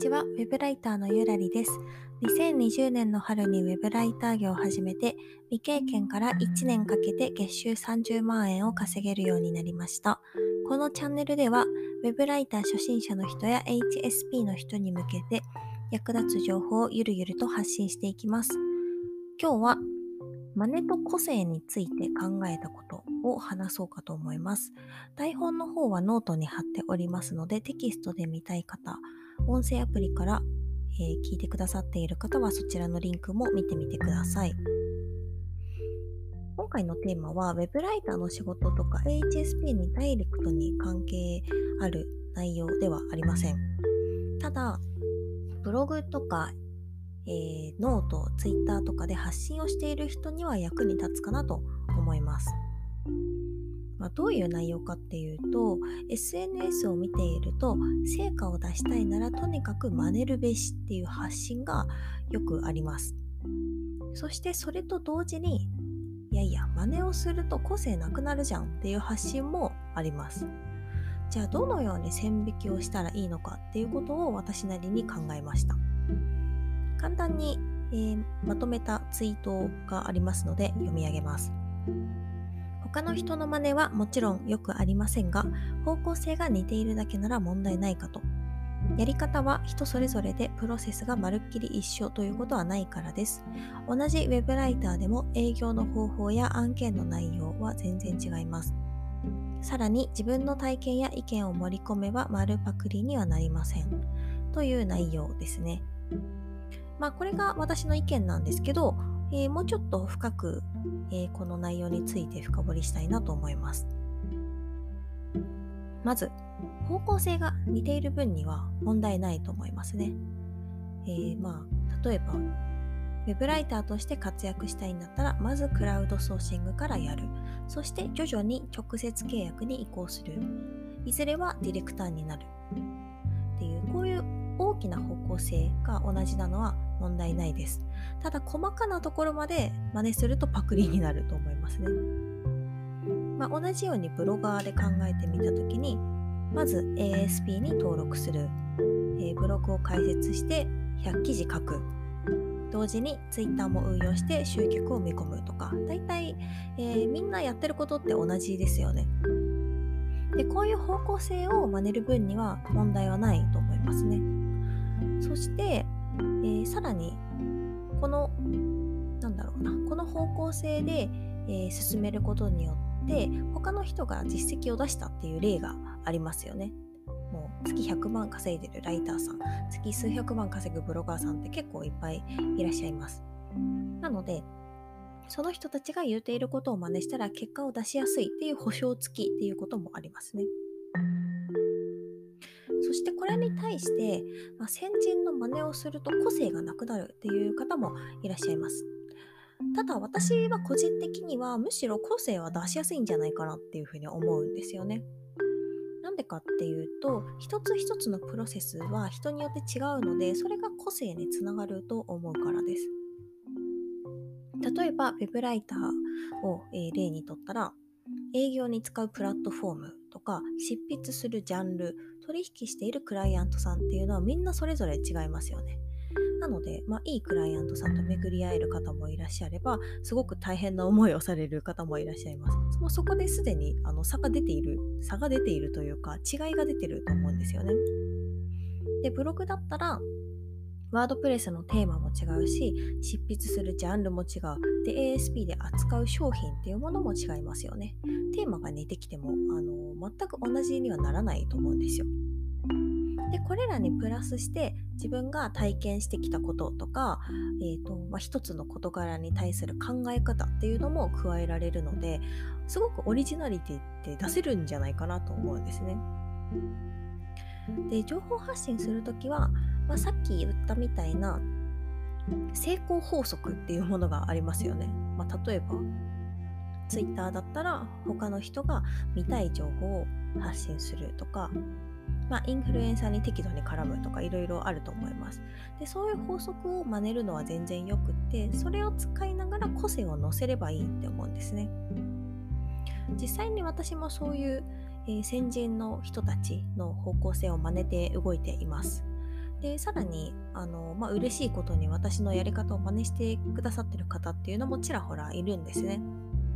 ちは、ウェブライターのゆらりです。2020年の春にウェブライター業を始めて、未経験から1年かけて月収30万円を稼げるようになりました。このチャンネルでは、ウェブライター初心者の人や HSP の人に向けて、役立つ情報をゆるゆると発信していきます。今日は、真似と個性について考えたことを話そうかと思います。台本の方はノートに貼っておりますので、テキストで見たい方、音声アプリから、聞いてくださっている方はそちらのリンクも見てみてください。今回のテーマは、ウェブライターの仕事とか HSP にダイレクトに関係ある内容ではありません。ただ、ブログとかノート、ツイッターとかで発信をしている人には役に立つかなと思います。どういう内容かっていうと、SNS を見ていると、成果を出したいならとにかく真似るべしっていう発信がよくあります。そしてそれと同時に、真似をすると個性なくなるじゃんっていう発信もあります。じゃあどのように線引きをしたらいいのかっていうことを私なりに考えました。簡単に、まとめたツイートがありますので読み上げます。他の人の真似はもちろんよくありませんが、方向性が似ているだけなら問題ないかと。やり方は人それぞれでプロセスがまるっきり一緒ということはないからです。同じウェブライターでも営業の方法や案件の内容は全然違います。さらに自分の体験や意見を盛り込めば丸パクリにはなりません。という内容ですね。これが私の意見なんですけど、もうちょっと深く、この内容について深掘りしたいなと思います。まず、方向性が似ている分には問題ないと思いますね。例えば、ウェブライターとして活躍したいんだったら、まずクラウドソーシングからやる。そして徐々に直接契約に移行する。いずれはディレクターになる。っていう、こういう大きな方向性が同じなのは問題ないです。ただ細かなところまで真似するとパクリになると思いますね。同じようにブロガーで考えてみたときに、まず ASP に登録する、ブログを開設して100記事書く、同時に Twitter も運用して集客を見込むとか、だいたいみんなやってることって同じですよね。で、こういう方向性を真似る分には問題はないと思いますね。そして、さらにこの方向性で、進めることによって他の人が実績を出したっていう例がありますよね。もう月100万稼いでるライターさん、月数百万稼ぐブロガーさんって結構いっぱいいらっしゃいます。なのでその人たちが言っていることを真似したら結果を出しやすいっていう保証付きっていうこともありますね。そしてこれに対して、先人の真似をすると個性がなくなるっていう方もいらっしゃいます。ただ私は個人的にはむしろ個性は出しやすいんじゃないかなっていうふうに思うんですよね。なんでかっていうと、一つ一つのプロセスは人によって違うので、それが個性につながると思うからです。例えばウェブライターを例にとったら、営業に使うプラットフォームとか執筆するジャンル、取引しているクライアントさんっていうのはみんなそれぞれ違いますよね。なので、いいクライアントさんと巡り合える方もいらっしゃれば、すごく大変な思いをされる方もいらっしゃいます。もうそこですでに差が出ているというか、違いが出てると思うんですよね。で、ブログだったらワードプレスのテーマも違うし、執筆するジャンルも違う。で、ASP で扱う商品っていうものも違いますよね。テーマが似てきても、全く同じにはならないと思うんですよ。で、これらにプラスして自分が体験してきたこととか、一つの事柄に対する考え方っていうのも加えられるので、すごくオリジナリティって出せるんじゃないかなと思うんですね。で、情報発信するときは、さっき言ったみたいな成功法則っていうものがありますよね。例えば Twitter だったら他の人が見たい情報を発信するとか、インフルエンサーに適度に絡むとかいろいろあると思います。で、そういう法則を真似るのは全然よくって、それを使いながら個性を乗せればいいって思うんですね。実際に私もそういう、先人の人たちの方向性を真似て動いています。 でさらに嬉しいことに私のやり方を真似してくださってる方っていうのもちらほらいるんですね。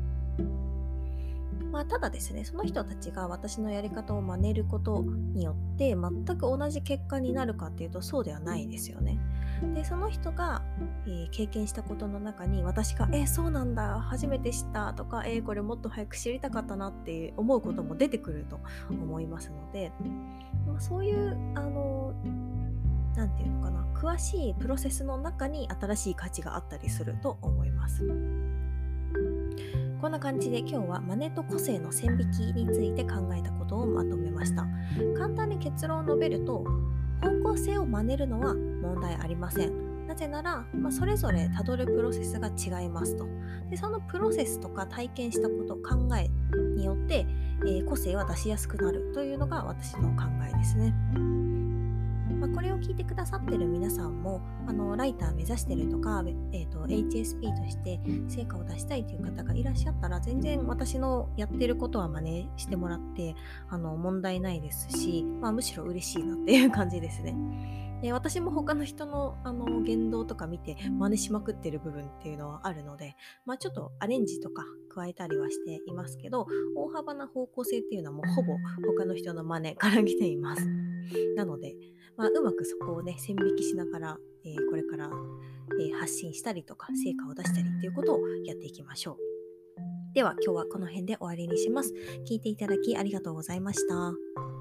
ただですね、その人たちが私のやり方を真似ることによって全く同じ結果になるかっていうとそうではないですよね。で、その人が、経験したことの中に私がそうなんだ、初めて知ったとかこれもっと早く知りたかったなって思うことも出てくると思いますので、そういうなんていうのかな、詳しいプロセスの中に新しい価値があったりすると思います。こんな感じで今日は真似と個性の線引きについて考えたことをまとめました。簡単に結論を述べると、方向性を真似るのは問題ありません。なぜなら、それぞれたどるプロセスが違いますと。で、そのプロセスとか体験したこと、考えによって、個性は出しやすくなるというのが私の考えですね。これを聞いてくださっている皆さんもライター目指してるとか、HSP として成果を出したいという方がいらっしゃったら全然私のやってることは真似してもらって問題ないですし、むしろ嬉しいなっていう感じですね。で、私も他の人の言動とか見て真似しまくってる部分っていうのはあるので、ちょっとアレンジとか加えたりはしていますけど、大幅な方向性っていうのはもうほぼ他の人の真似から来ています。なので、うまくそこをね、線引きしながら、これから、発信したりとか、成果を出したりっていうことをやっていきましょう。では、今日はこの辺で終わりにします。聞いていただきありがとうございました。